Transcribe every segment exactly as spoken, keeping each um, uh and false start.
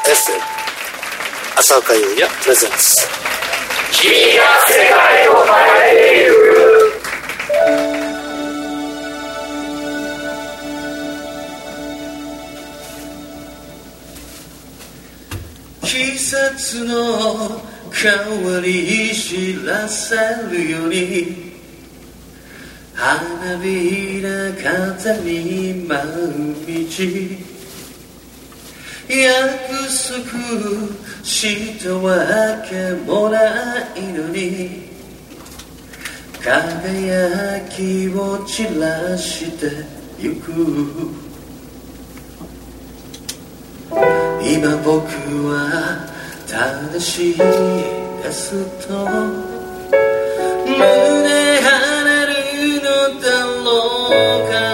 エフエム 浅岡優也プレゼンツ君が世界を変えている。 季節の変わり知らせるように花びら風に舞う道、約束したわけもないのに輝きを散らしてゆく。今僕は正しいですと胸張れるのだろうか。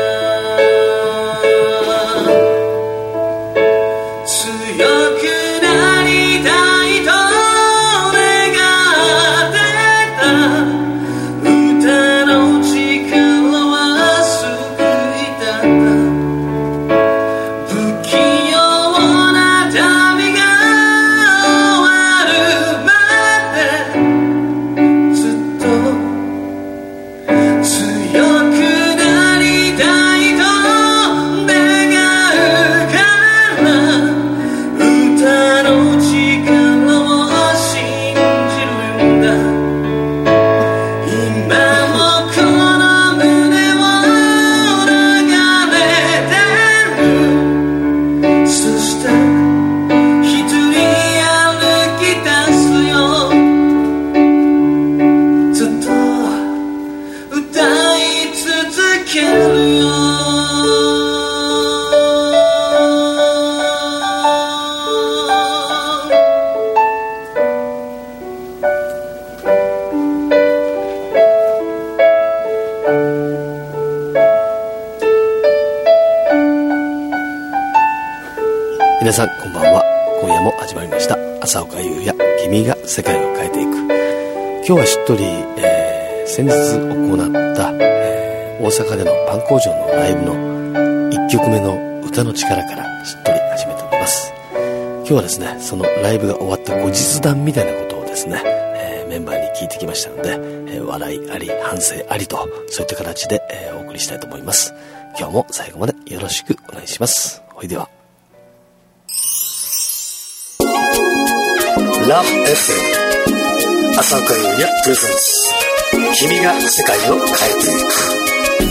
強くなりたいと願ってた歌の力は救いだった。不器用な旅が終わるまでずっと強くなりたいと願うから歌の力を信じるんだ。今もこの胸を流れてる。そして一人歩き出すよ。ずっと歌い続けるよ。 皆さんこんばんは。今夜も始まりました浅岡優也君が世界を変えていく。今日はしっとり、えー、先日行った、えー、大阪でのパン工場のライブのいっきょくめの歌の力からしっとり始めております。今日はですね、そのライブが終わった後日談みたいなことをですね、えー、メンバーに聞いてきましたので、えー、笑いあり反省ありとそういった形で、えー、お送りしたいと思います。今日も最後までよろしくお願いします。おいではラブ エフエム 浅岡優也プレゼンツ君が世界を変えていく。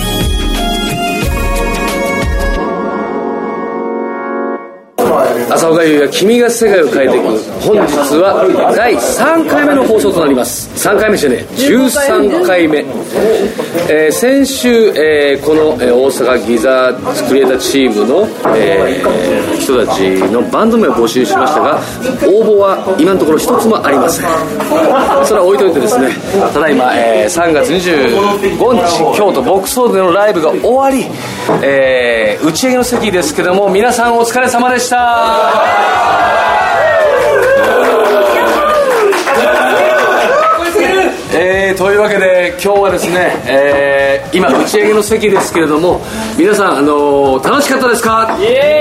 浅岡優也君が世界を変えていく。本日はだいさんかいめの放送となります。さんかいめじゃねじゅうさんかいめ、えー、先週、えー、この、えー、大阪ギザクリエイターチームの、えー、人たちのバンド名を募集しましたが応募は今のところ一つもありません。それは置いといてですね、ただいま、えー、さんがつにじゅうごにち京都ボックスホールでのライブが終わり、えー、打ち上げの席ですけども皆さんお疲れ様でした。えー、というわけで今日はですね、えー、今打ち上げの席ですけれども皆さん、あのー、楽しかったですか？イエ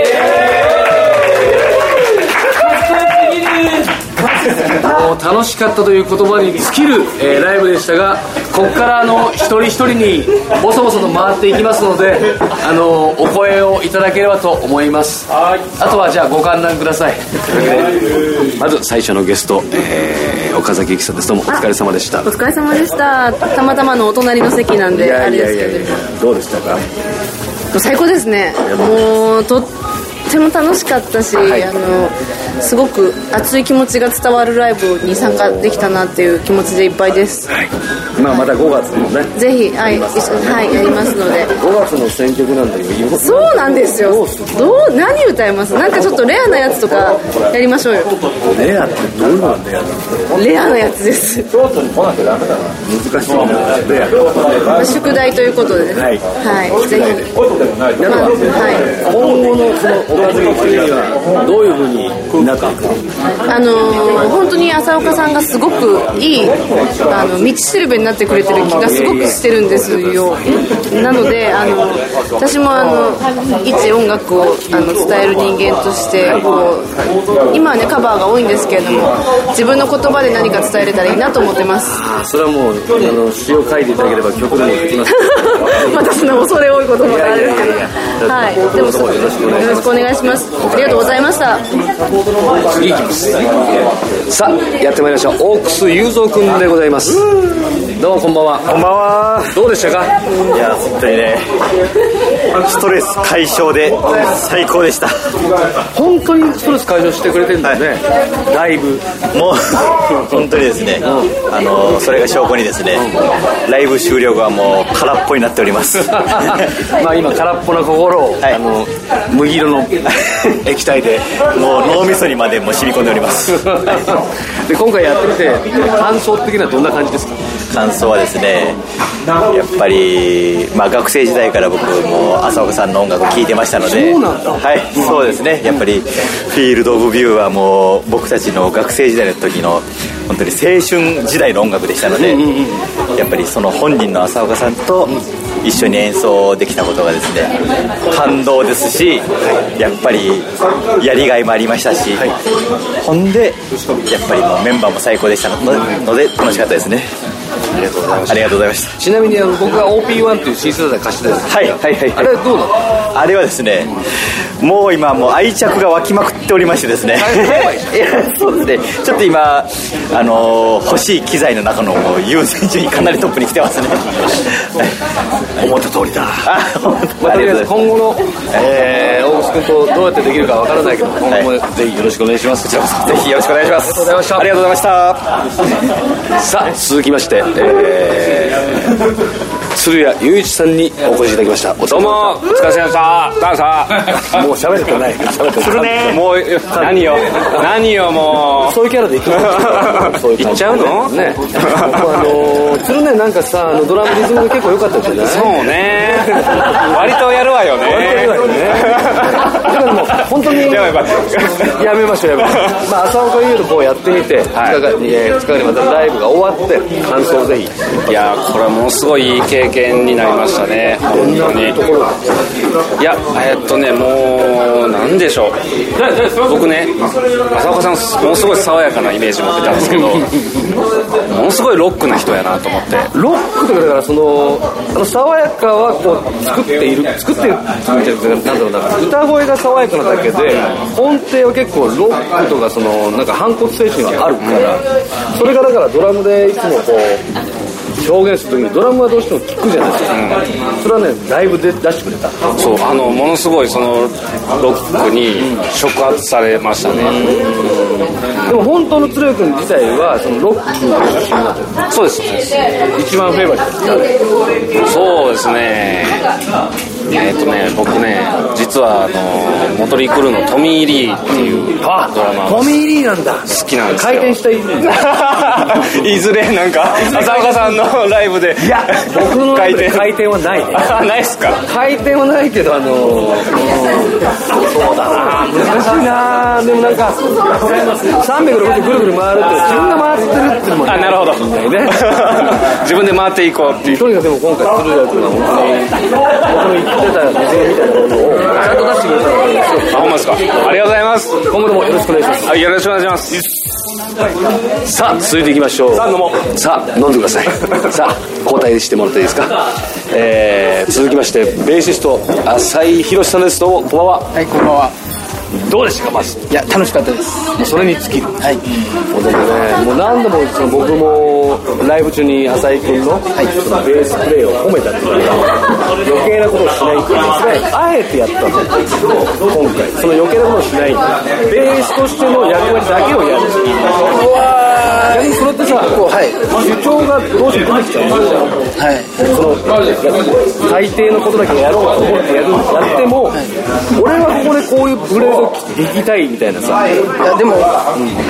ーイ楽しかったという言葉に尽きる、えー、ライブでしたが、ここからあの一人一人にボソボソと回っていきますので、あのお声をいただければと思います。あとはじゃあご観覧ください。というわけでまず最初のゲスト、えー、岡崎由紀さんです。どうもお疲れ様でした。 お疲れ様でした。たまたまのお隣の席なんであれですけど、いやいやいやどうでしたか？ 最高ですね。もうとっても楽しかったし、はい、あのすごく熱い気持ちが伝わるライブに参加できたなっていう気持ちでいっぱいです。はい、 まあ、またごがつもねぜひ、はい、はい、やりますので。 ごがつの選曲なんだけど、 そうなんですよ。どう何歌います？なんかちょっとレアなやつとかやりましょうよ。 レアってどういうのがレアなの？ レアなやつです。 京都に来なきゃダメだな。難しいな。レア、 宿題ということでね、はい、はい、ぜひ、まあ、はい、 今後のその岡崎にはどういうふうにになっていく。 あのー、本当に浅岡さんがすごくいいあの道しるべになってくれてる気がすごくしてるんですよ。なのであの私もあの一音楽をあの伝える人間としてこう今はねカバーが多いんですけれども自分の言葉で何か伝えれたらいいなと思ってます。 あそれはもうあの詩を書いていただければ曲でも書きますまたそんな恐れ多いこともあるんですけど、はい、でもよろしくお願いします。ありがとうございました。 次いきます。さあやってまいりました大楠雄三くんでございます。どうもこんばんは。 こんばんは。 どうでしたか？ いや本当にねストレス解消で最高でした。 本当にストレス解消してくれてるんだよね、はい、だいぶもう本当にですね、うん、あのそれが証拠にですね、うん、ライブ終了後はもう空っぽになっておりますまあ今空っぽな心を、はい、あの麦色の液体でもう脳みそにまでもう染み込んでおりますで今回やってみて感想的にはどんな感じですか？ 感想はですねやっぱり、まあ、学生時代から僕も浅岡さんの音楽を聴いてましたのでそうなんだ。 はい、そうですね。やっぱりフィールド・オブ・ビューはもう僕たちの学生時代の時の本当に青春時代の音楽でしたので、うんうんうん、やっぱりその本人の浅岡さんと一緒に演奏できたことがですね感動ですし、やっぱりやりがいもありましたし、はい、ほんでやっぱりもうメンバーも最高でしたので楽しかったですね。 ありがとうございました。 ありがとうございました。 ちなみにあの僕が オーピーワン というシンセサイザー貸してたんです。 はいはいはい。 あれはどうなの？ あれはですねもう今もう愛着が湧きまくっておりましてですねいやそうですねちょっと今あのー、欲しい機材の中のもう優先順位かなりトップに来てますね思った通りだ。 あ、 まあ、とりあえず今後の、えー、大楠君とどうやってできるかわからないけど今後もぜひよろしくお願いします。 ぜひよろしくお願いします。 ありがとうございました。 ありがとうございましたさあ続きまして、えー、鶴谷雄一さんにお越しいただきました。 どうもお疲れ様でした。どうぞ。 もう喋れてない喋れてないね。もう何よ何よもうそういうキャラでいくのいっちゃうのねあの鶴ねなんかさあのドラムリズムが結構良かったじゃない？ そうね割とやるわよね割とやるわよねだからもう本当にやめましょうやめましょうまあ浅岡優とこうやってみて、はい、ふつかに、えー、ふつかにまたライブが終わって感想をぜひ。 いやこれはものすごいいい経験になりましたね本当に。いやえっとねもうなんでしょう僕ね浅岡さんものすごい爽やかなイメージ持ってたんですけどものすごいロックな人やなと思って。 ロックというかだからそのあの爽やかはこう作っている作っている作っているなんだろうな歌声が爽やかなだけで音程は結構ロックとかそのなんか反骨精神はあるからそれがだからドラムでいつもこう表現するときにドラムはどうしても聴くじゃないですか、うん、それはねだいぶで出してくれた。 そうあのものすごいそのロックに触発されましたね、 うん、でも本当の鶴谷君自体はそのロックの出身なんです。 そうです一番フェイバリットです。 そうですねえーとね僕ね実はあのモトリークルーのトミー・リーっていうドラマトミー・リーなんだ好きなんですよ。 回転したいいずれなんか浅岡さんのライブでいや僕のライブで回転はないねないっすか？ 回転はないけどあのー、そうだな難しいな。でもなんかさんびゃくろくじゅうぐるぐる回るって自分が回ってるっていうのもあなるほどね自分で回っていこうっていう。 とにかくでも今回鶴谷君は本当に僕の言ってたリズムみたいなものをちゃんと出してくれたのであほんまですか？ありがとうございます。 今後ともよろしくお願いします。 はいよろしくお願いします。 さあ続いていきましょう。 さあ飲もう。 さあ飲んでくださいさあ交代してもらっていいですか？えー、続きましてベーシスト浅井宏さんです。どうもこんばんは。 はいこんばんは。 どうでしたかまず？ いや楽しかったです。 それに尽きる。 はい。 もうでもねもう何度もその僕もライブ中に浅井君の、はい、そのベースプレーを褒めたっていうか余計なことをしないっていうかあえてやったんだけど今回その余計なことをしないベースとしての役割だけをやる。うわ逆にそれってさ、こう、はい、主張がどうしても出てきちゃうんですよ。はい。その最低のことだけやろうと思ってやるやっても、はい、俺はここでこういうフレーズを弾きたいみたいなさ。 いやでも、うん、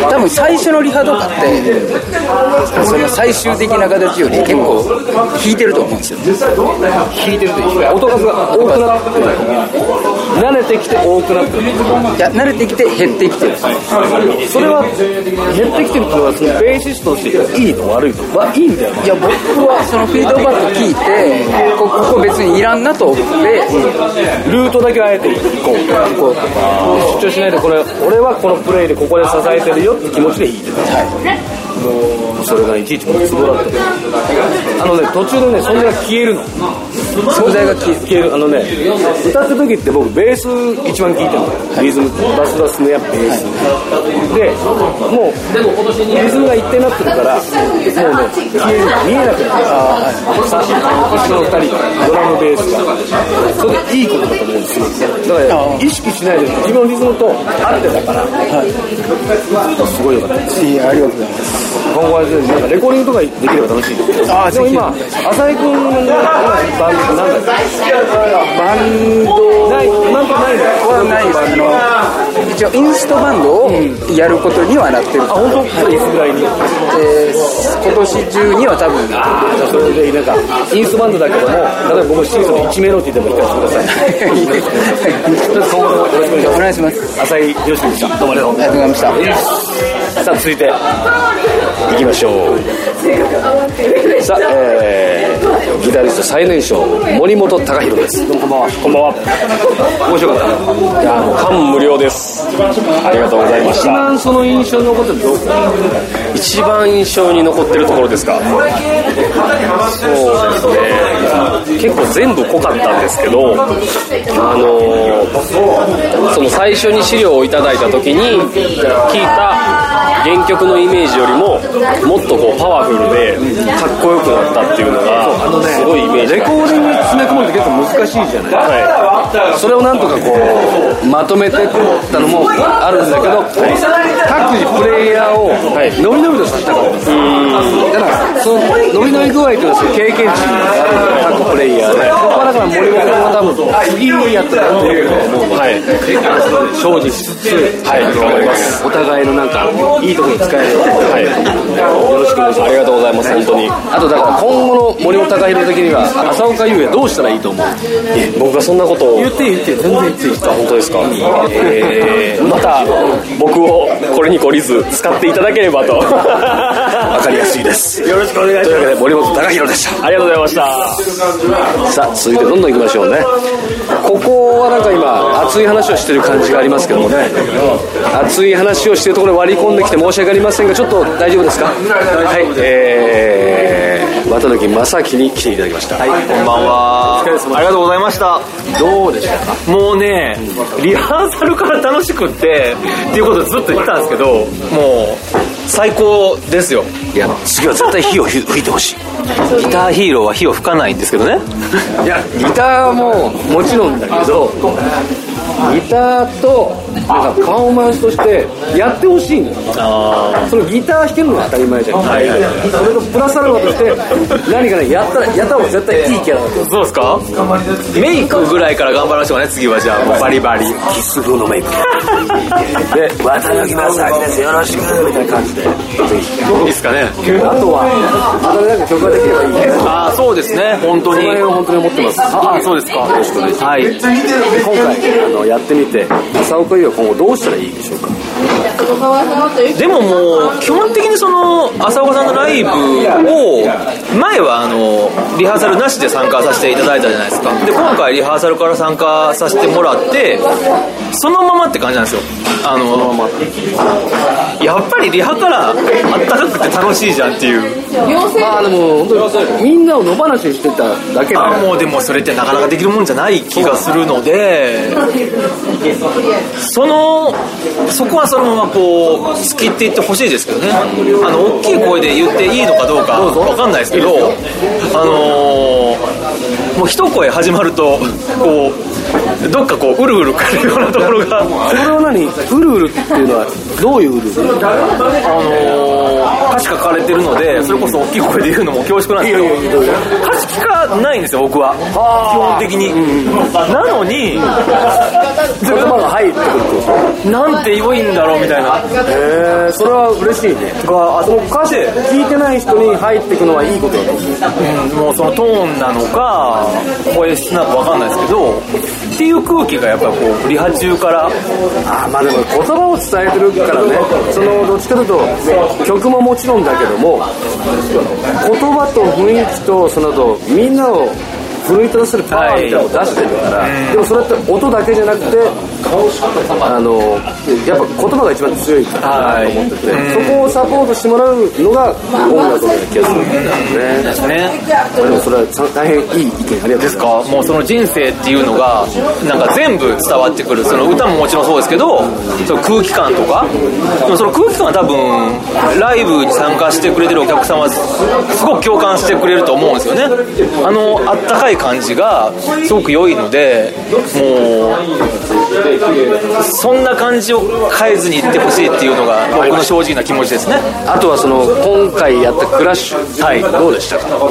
多分最初のリハとかってその最終的な形より結構弾いてると思うんですよ。 弾いてるというか音数が多くなってる。慣れてきて多くなってる。 いや慣れてきて減ってきてる。 それは減ってきてるっていうのはそのベーシストとしていいの悪いのはいいんだよ。 いや僕はそのフィードバック聞いてここ別にいらんなと思って、 うん、ルートだけあえて行こうこう主張しないでこれ俺はこのプレイでここで支えてるよって気持ちで弾いてる。はいそれがいちいちもツボだったあのね途中でね存在が消えるの存在が消えるあのね歌った時って僕ベース一番聴いてるの、はい、リズムバスバスのやっぱベース、はい、でもうリズムが一定になってるからもうね消えるの見えなくなるあ、はい、さ星のふたりドラムベースがそれでいいことだと思うんですよ。だから意識しないで自分のリズムと合ってたから、はい、すごい良かったです。 いやありがとうございます。 今後はなんかレコーディングとかできれば楽しいですけど、あでも今浅井君のバンドなんだっけバンドないなんかないのはないですけど一応インストバンドをやることにはなってる。 あ本当？はい、いつぐらいに、 えー、今年中には多分あじゃあそれでなんかインストバンドだけども例えば僕シーズンいちメロディーでも弾かせてください。今後ともよろしくお願いします。 お願いします。 浅井宏樹でした。どうもありがとうありがとうございました。 さあ続いて行きましょう。さあ、えー、ギタリスト最年少森本貴弘です。どうもこんばんは。 こんばんは。 面白かった。 いやもう感無量です。ありがとうございました。 一番その印象に残ってるどう一番印象に残ってるところですか。そうですね。結構全部濃かったんですけど、あのー、その最初に資料をいただいた時に聞いた原曲のイメージよりももっとこうパワフルでかっこよくなったっていうのがすごいイメージ。 レコーディングに詰め込むって結構難しいじゃない、はい、それをなんとかこうまとめてったのもあるんだけど、各自プレイヤーをノリノリとさせたかった。だからそのノリノリ具合というのは経験値がある各プレイヤーで、ここはだから森本は多分次にやったらできると思うので、はい、精進しつつ、はい、お互いのなんかいいところに使える、はい、よろしくお願いします。 ありがとうございます。本当に。 あとだから今後の森本貴弘的には浅岡優也どうしたらいいと思う？ え僕がそんなことを言って言って全然言っていい。 本当ですか。えー、また僕をこれに懲りず使っていただければと。 わかりやすいです。 よろしくお願いします。 というわけで森本貴弘でした。 ありがとうございました。 さあ続いてどんどん行きましょうね。ここはなんか今熱い話をしてる感じがありますけどもね、熱い話をしてるところに割り込んできて申し訳ありませんがちょっと大丈夫ですか。はい、えー、綿貫正樹に来ていただきました。 はい、こんばんは。ありがとうございました。 どうでしたか。 もうね、リハーサルから楽しくってっていうことをずっと言ってたんですけど、もう最高ですよ。 いや次は絶対火を吹いてほしい。 ギターヒーローは火を吹かないんですけどね。 いやギターももちろんだけどギターとなんかパフォーマンスとしてやってほしいのよ。あそのギター弾けるのは当たり前じゃん、はいはいはい、それとプラスアルファとして何かねやったらやった方が絶対いいキャラだと。 そうですか。メイクぐらいから頑張らせてもね。次はじゃあもうバリバリキス風のメイクで綿貫正樹ですよろしくみたいな感じでぜひいいですかね。 あとはまたなんか曲ができればいいね。 ああそうですね。本当にその辺を本当に思ってます。 ああそうですか。よろしくお願いします。はい。 今回あのやってみて浅岡優は今後どうしたらいいでしょうか。 でももう基本的にその浅岡さんのライブを前はあのリハーサルなしで参加させていただいたじゃないですか。で今回リハーサルから参加させてもらってそのままって感じなんですよ。あのやっぱりリハからあったかくて楽しいじゃんっていう。 まあでも本当にみんなを野放しにしてただけだ、 ね、あもうでもそれってなかなかできるもんじゃない気がするのでそのそこはそのままこう突きっていってほしいですけどね。あの大きい声で言っていいのかどうか分かんないですけどあのー、もう一声始まるとこうどっかこううるうるかるようなところがそれは何うるうるっていうのはどういううるうる。 あのー、 歌詞書かれてるので、それこそ大きい声で言うのも恐縮なんですけど、歌詞聞かないんですよ僕は基本的に、うん、なのに言葉が入ってくるってなんて良いんだろうみたいな。 へえ、それは嬉しいね。が、あその歌詞聞いてない人に入っていくのはいいことだと思う。 うん、もうそのトーンなのか声質なのか分かんないですけどっていう空気がやっぱこうリハ中からあ、まあでも言葉を伝えてるからね、そのどっちかというと曲ももちろんだけども言葉と雰囲気とその後みんなを奮い立たせるパワーみたいなのを出してるから、はい、でもそれって音だけじゃなくてあのやっぱ言葉が一番強いかなと思ってて、はい、そこをサポートしてもらうのが音楽のような気がするんだよね。 ですね。 でもそれは大変いい意見ありがとうございます。ですか。 もうその人生っていうのがなんか全部伝わってくる。その歌ももちろんそうですけど、その空気感とか、でもその空気感は多分ライブに参加してくれてるお客さんはすごく共感してくれると思うんですよね。あのあったかい感じがすごく良いので、もうそんな感じを変えずにいってほしいっていうのが僕の正直な気持ちですね。 あとはその今回やったクラッシュ、はい、どうでしたか？もっ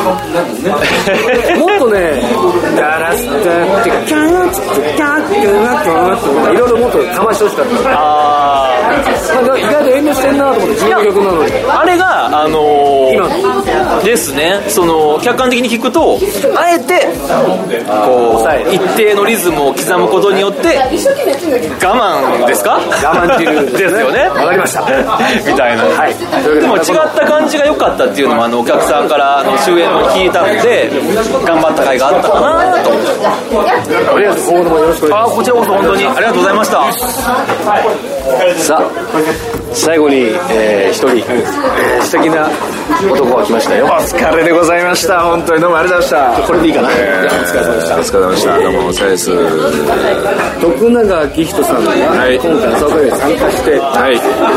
とね、ガラスってキャーってキャーっていろいろもっとかましてほしかった。ああ、意外と遠慮してんなと思って、自分の曲なのに。 あれがあのー、今ですね、その客観的に聞くとあえてこう一定のリズムを刻むことによって我慢ですか？ 我慢っていうですよね。 わかりました。 みたいな。はい。でも違った感じが良かったっていうのもあのお客さんからの終演を聞いたので頑張った甲斐があったかなと思って。 ありがとう。今後ともよろしくお願いします。 あ、こちらこそ本当にありがとうございました。 さあ最後に、えー、一人、えー、素敵な男が来ましたよ。 お疲れでございました。本当にどうもありがとうございました。 これでいいかな、 えー、 お疲れ様でした。 お疲れ様でした。どうもお疲れです。 徳永明人さんが、はい、今回朝岡に参加して、はい、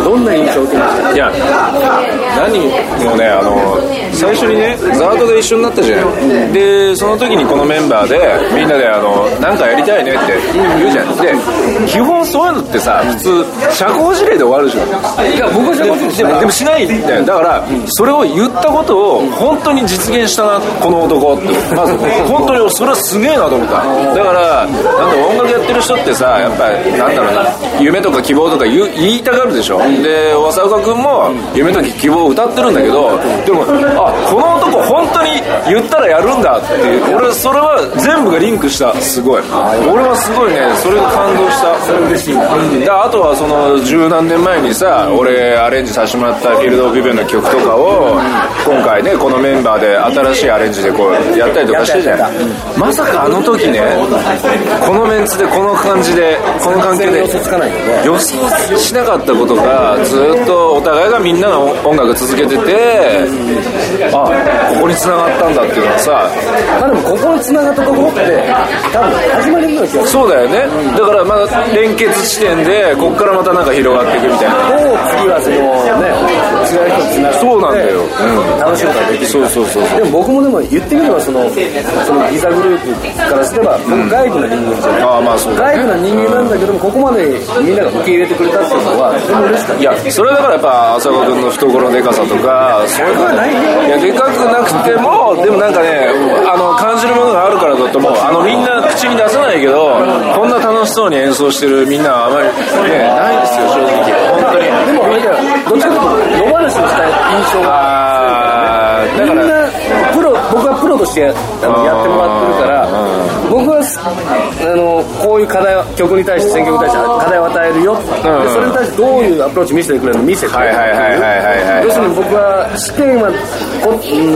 どんな印象を受けましたか？ いや何もね、あの最初にねザードで一緒になったじゃん。でその時にこのメンバーでみんなであのなんかやりたいねって言うじゃん。で基本そういうのってさ普通社交辞令で終わるじゃん。 いや僕は社交辞令でもでもしないんだよ。だからそれを言ったことを本当に実現したなこの男ってまず本当にそれはすげえなと思った。だからなんだ音楽やってる人ってさやっぱりなんだろうな夢とか希望とか 言, 言いたがるでしょ。で浅岡君も夢とか希望を歌ってるんだけどでもあこの男本当に言ったらやるんだっていう俺それは全部がリンクした。すごい俺はすごいねそれが感動した。 それ嬉しいな。 であとはその十何年前にさ俺アレンジさせてもらったフィールド・オブ・ビビューの曲とかを今回ねこのメンバーで新しいアレンジでこうやったりとかしてじゃん。まさかあの時ねこのメンツでこの感じでこの関係で予想つかないよね。 予想しなかったことがずっとお互いがみんなの音楽続けててあここに繋がったんだっていうのはさまあでもここに繋がったところって多分始まりのような気がする。 そうだよね。だからまあ連結地点でここからまたなんか広がっていくみたいな。 もう次はそのね違う人と繋がってそうなんだよ、うん、 楽しいことができる。 そうそうそうそう。 でも僕もでも言ってみればそのそのギザグループからすれば僕外部な人間じゃない、うん、あまあそう外部な人間なんだけどもここまでみんなが受け入れてくれたっていうのはとても嬉しかった。 いやそれはだからやっぱ浅岡君の懐のでかさとかそういうのいやでかくなくてもでもなんかねあの感じるものがあるからだと思う。あのみんな口に出さないけどこんな楽しそうに演奏してるみんなはあまりねないですよ正直本当に。 でもどっちかというと野放しにした印象が強いからね。だからみんなプロ僕はプロとして や, あのやってもらってるから僕はあのこういう課題曲に対して選曲に対して課題を与えるよ、うん、でそれに対してどういうアプローチ見せてくれるの見せてくれる要するに僕は試験はこ、うん、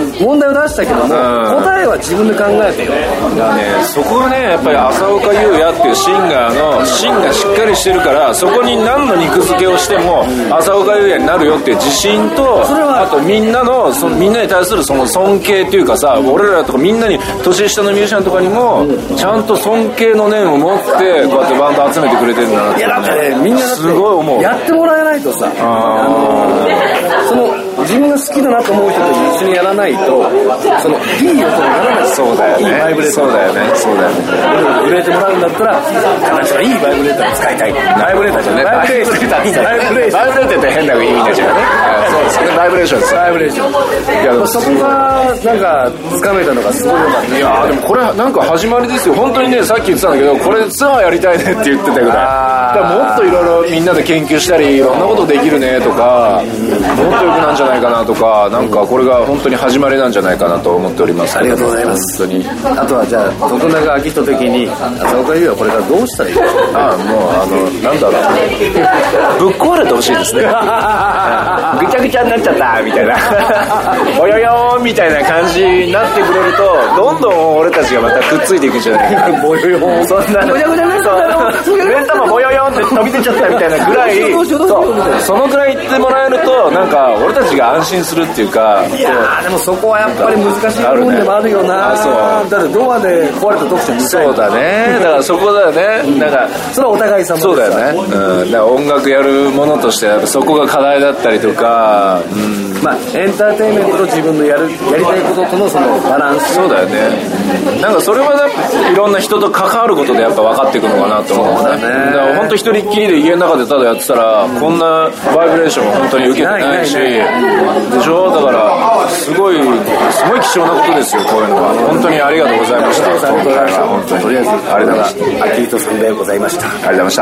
問題を出したけども、うん、答えは自分で考えてよ。 だねそこがねやっぱり浅岡優也っていうシンガーの芯がしっかりしてるからそこに何の肉付けをしても浅岡優也になるよっていう自信とあとみんなのそのみんなに対するその尊敬っていうかさ俺らとかみんなに年下のミュージシャンとかにもちゃんと尊敬の念を持ってこうやってバンド集めてくれてるんだなって。 いやだってねみんなだってすごい思う。 やってもらえないとさあのその自分が好きだなと思う人と一緒にやらないとそのいい音にならない。 そうだよね。 いいバイブレーション。 そうだよね。そうだよね。 震えてもらうんだったら形はいいバイブレーターを使いたい。 バイブレーターじゃねバイブレーターバイブレーターって変な意味になっちゃうね。そうですね、バイブレーションです。 バイブレーション。いやそこがなんか掴めたのがすごい良かった。 いやでもこれなんか始まりですよ本当にね。さっき言ってたんだけどこれツアーやりたいねって言ってたぐらいだからもっといろいろみんなで研究したりいろんなことできるねとかもっと良くなんじゃないかなとかなんかこれが本当に始まりなんじゃないかなと思っております。 ありがとうございます。 本当に。 あとはじゃあ徳永明人的に浅岡優はこれからどうしたらいいですか。 ああもうあのなんだろうぶっ壊れてほしいですね。ぐちゃぐちゃになっちゃったみたいなおよよーみたいな感じになってくれるとどんどん俺たちがまたくっついていくんじゃないかな。 ぼよよーそんなごちゃごちゃになっちゃった目ん玉ぼよよーって飛び出ちゃったみたいなぐらいそうそのぐらい言ってもらえるとなんか俺たちが安心するっていうか。 いやーでもそこはやっぱり難しい部分でもあるよな。 あそうだってドアで壊れた読者見たい。 そうだね。だからそこだよね。なんかそれはお互い様です。 そうだよね。うん。だから音楽やるものとしてやっぱそこが課題だったりとか、うん、 まあエンターテインメントと自分のやるやりたいこととのそのバランス。 そうだよね。なんかそれはねいろんな人と関わることでやっぱ分かっていくのかなと思うね。だから本当一人っきりで家の中でただやってたらこんなバイブレーション本当に受けてないしでしょ。だからすごいすごい貴重なことですよこういうのは。本当にありがとうございました。今回は本当にとりあえずありがとうございました。 明人さんでございました。 ありがとうございました。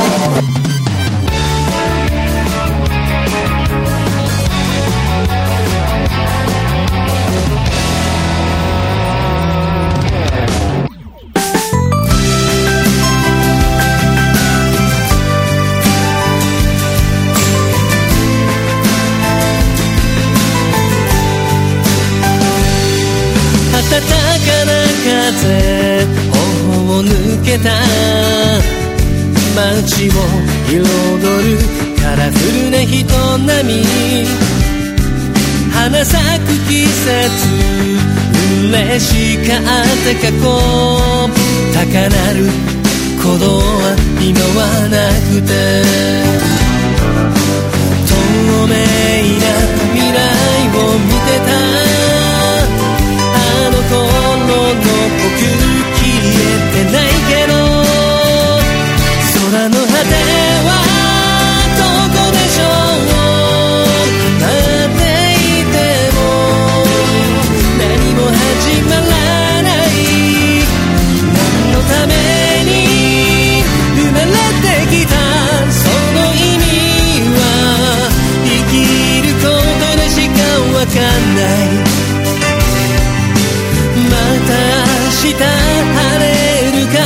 暖かな風頬を抜けた街を彩るカラフルな人波花咲く季節嬉しかった過去高鳴る鼓動は今はなくて透明な未来を見てたあの頃の僕消えてないけど空の果てはどこでしょう待っていても何も始まらない何のために生まれてきたその意味は生きることでしかわかんないまた明日晴れるかな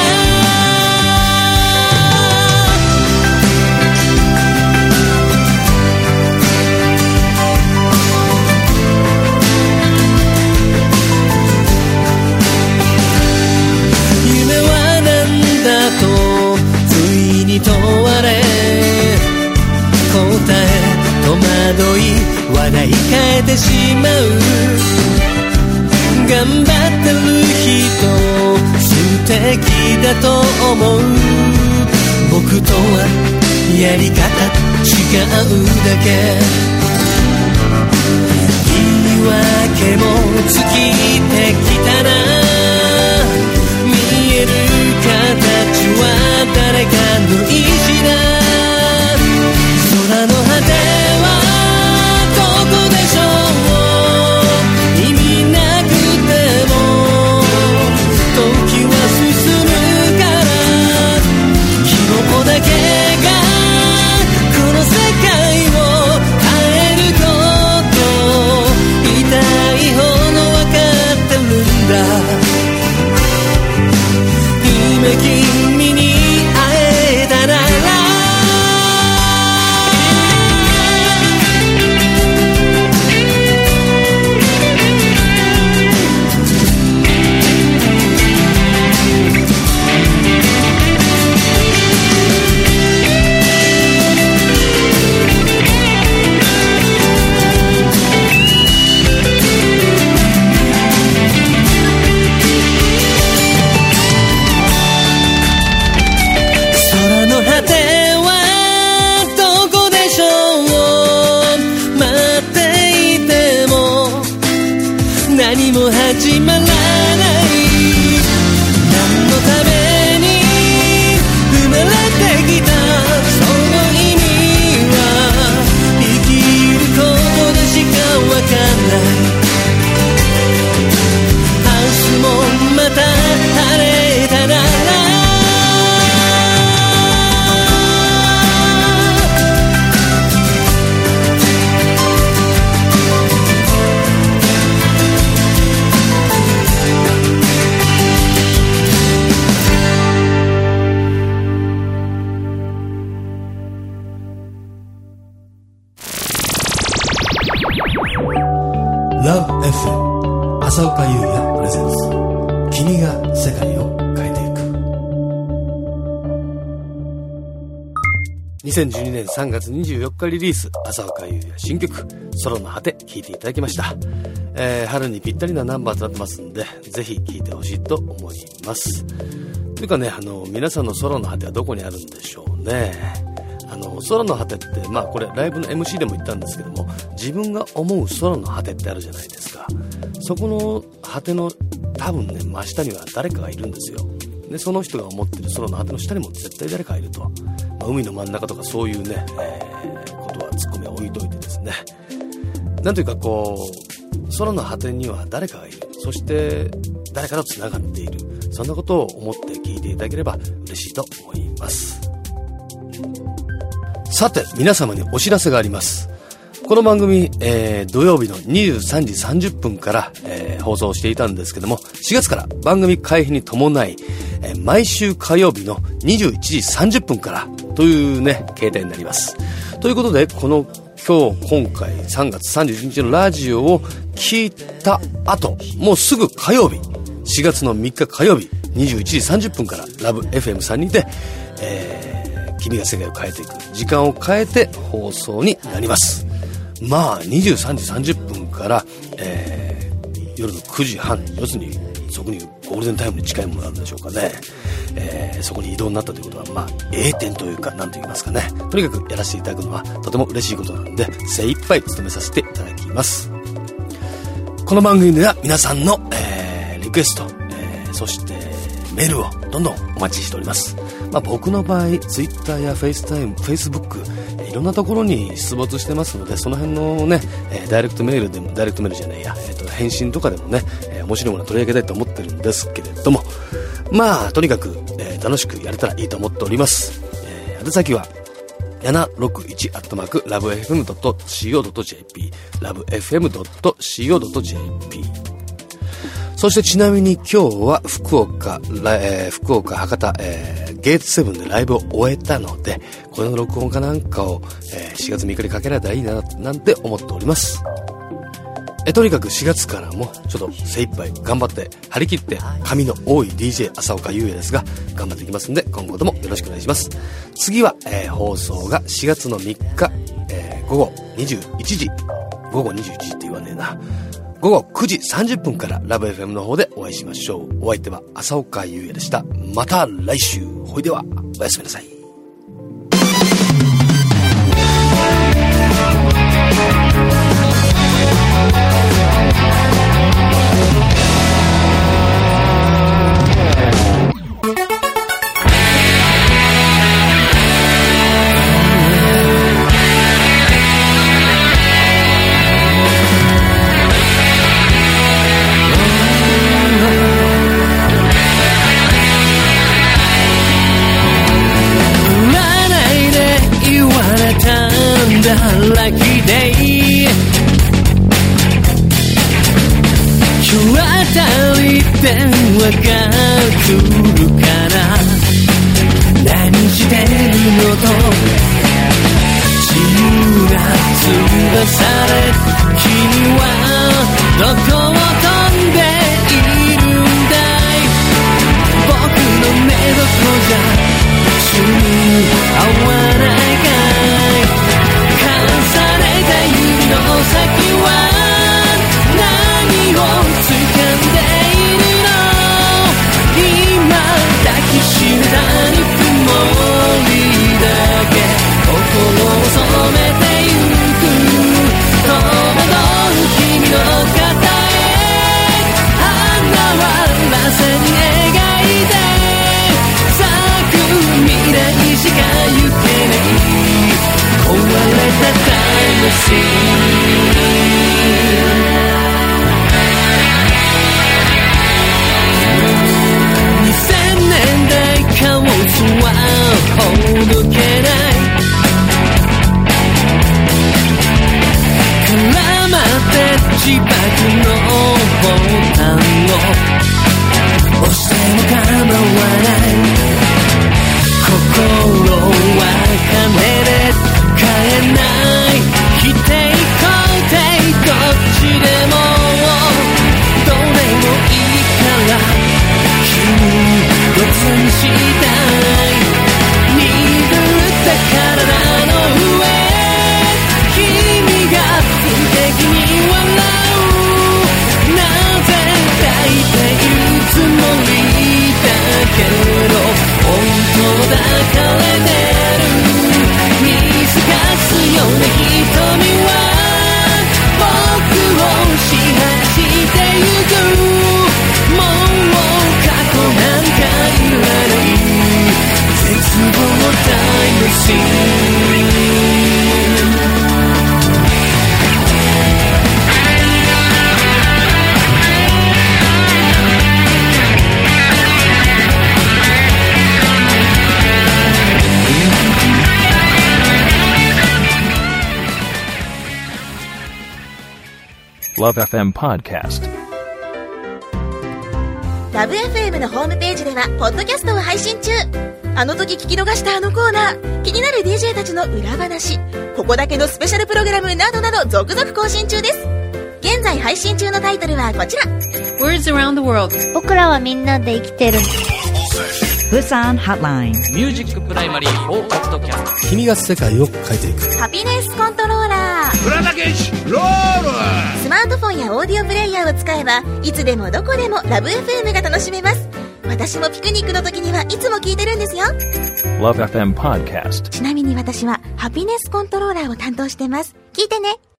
夢はなんだと不意に問われ答え戸惑い笑い変えてしまう頑張ってる人素敵だと思う僕とはやり方違うだけ言い訳も尽きてきたな見える形は誰かの意志だ空の果てはどこでしょうだけがこの世界を変えること痛いほど分かってるんだ今君に会えたなら何も始まらない何のた浅岡優也プレゼンツ、君が世界を変えていく。にせんじゅうにねんさんがつにじゅうよっかリリース、浅岡優也新曲空の果て聴いていただきました。えー、春にぴったりなナンバーとなってますんで、ぜひ聴いてほしいと思います。というかね、あの皆さんの空の果てはどこにあるんでしょうね。あの空の果てって、まあこれライブの エムシー でも言ったんですけども、自分が思う空の果てってあるじゃないですか。そこの果ての多分ね、真下には誰かがいるんですよ。でその人が思ってる空の果ての下にも絶対誰かがいると、まあ、海の真ん中とかそういうね、えー、ことはツッコミは置いといてですね、なんというかこう空の果てには誰かがいる、そして誰かとつながっている、そんなことを思って聞いていただければ嬉しいと思います。さて皆様にお知らせがあります。この番組、えー、土曜日のにじゅうさんじさんじゅっぷんから、えー、放送していたんですけども、しがつから番組開始に伴い、えー、毎週火曜日のにじゅういちじさんじゅっぷんからというね形態になります。ということで、この今日今回さんがつさんじゅういちにちのラジオを聞いた後、もうすぐ火曜日しがつのみっか火曜日にじゅういちじさんじゅっぷんからラブ エフエム さんにて、えー、君が世界を変えていく時間を変えて放送になります。まあにじゅうさんじさんじゅっぷんから、えー、夜のくじはん、要するにそこにゴールデンタイムに近いものなんでしょうかね、えー、そこに移動になったということはまあ栄転というか何と言いますかね、とにかくやらせていただくのはとても嬉しいことなんで精一杯務めさせていただきます。この番組では皆さんの、えー、リクエスト、えー、そしてメールをどんどんお待ちしております。まあ、僕の場合ツイッターやフェイスタイム、フェイスブック、いろんなところに出没してますので、その辺のね、えー、ダイレクトメールでもダイレクトメールじゃないや、えー、と返信とかでもね、えー、面白いものを取り上げたいと思ってるんですけれども、まあとにかく、えー、楽しくやれたらいいと思っております。えー、宛先はななろくいちアットマークラブエフエムドットシーオードットジェーピー ラブエフエムドットシーオードットジェーピー。そしてちなみに今日は福岡、えー、福岡博多、えー、ゲートセブンでライブを終えたので、これの録音かなんかを、えー、しがつみっかにかけられたらいいななんて思っております。えとにかくしがつからもちょっと精一杯頑張って張り切って髪の多い ディージェー 浅岡優也ですが頑張っていきますんで、今後ともよろしくお願いします。次は、えー、放送がしがつのみっか、えー、午後にじゅういちじ、午後にじゅういちじって言わねえな、午後くじさんじゅっぷんからラブ エフエム の方でお会いしましょう。お相手は浅岡優也でした。また来週。ほいではおやすみなさい。 ラッキーデイ、今日あたり電話が来るから何してるのと自由が潰され、君はどこを飛んでいるんだい、僕の目どこじゃ一緒に合わないかい、指の先は何を掴んでいるの、今抱きしめたぬくもりだけ心を染めてゆく、戸惑う君の肩へ花はらせに描いて咲くしたい鈍った体の上君が素敵に笑うなぜ抱いているつもりだけど本当抱かれてる見透かすような瞳は僕を支配してゆくもう過去なんかいらない絶望タイムシーンラブ エフエム Podcast。 ラブ エフエム のホームページではポッドキャストを配信中。あの時聞き逃したあのコーナー、気になる ディージェー たちの裏話、ここだけのスペシャルプログラムなどなど続々更新中です。現在配信中のタイトルはこちら。 Words Around the World。 僕らはみんなで生きてる。ブサンハッライン。ミュージックプライマリーフォーポッドキャスト。 君が世界を変えていく。 ハピネスコントローラー。 浦田健一ロール。 スマートフォンやオーディオプレイヤーを使えばいつでもどこでもラブ エフエム が楽しめます。私もピクニックの時にはいつも聞いてるんですよ。 ラブ エフエム Podcast。 ちなみに私はハピネスコントローラーを担当してます。聞いてね。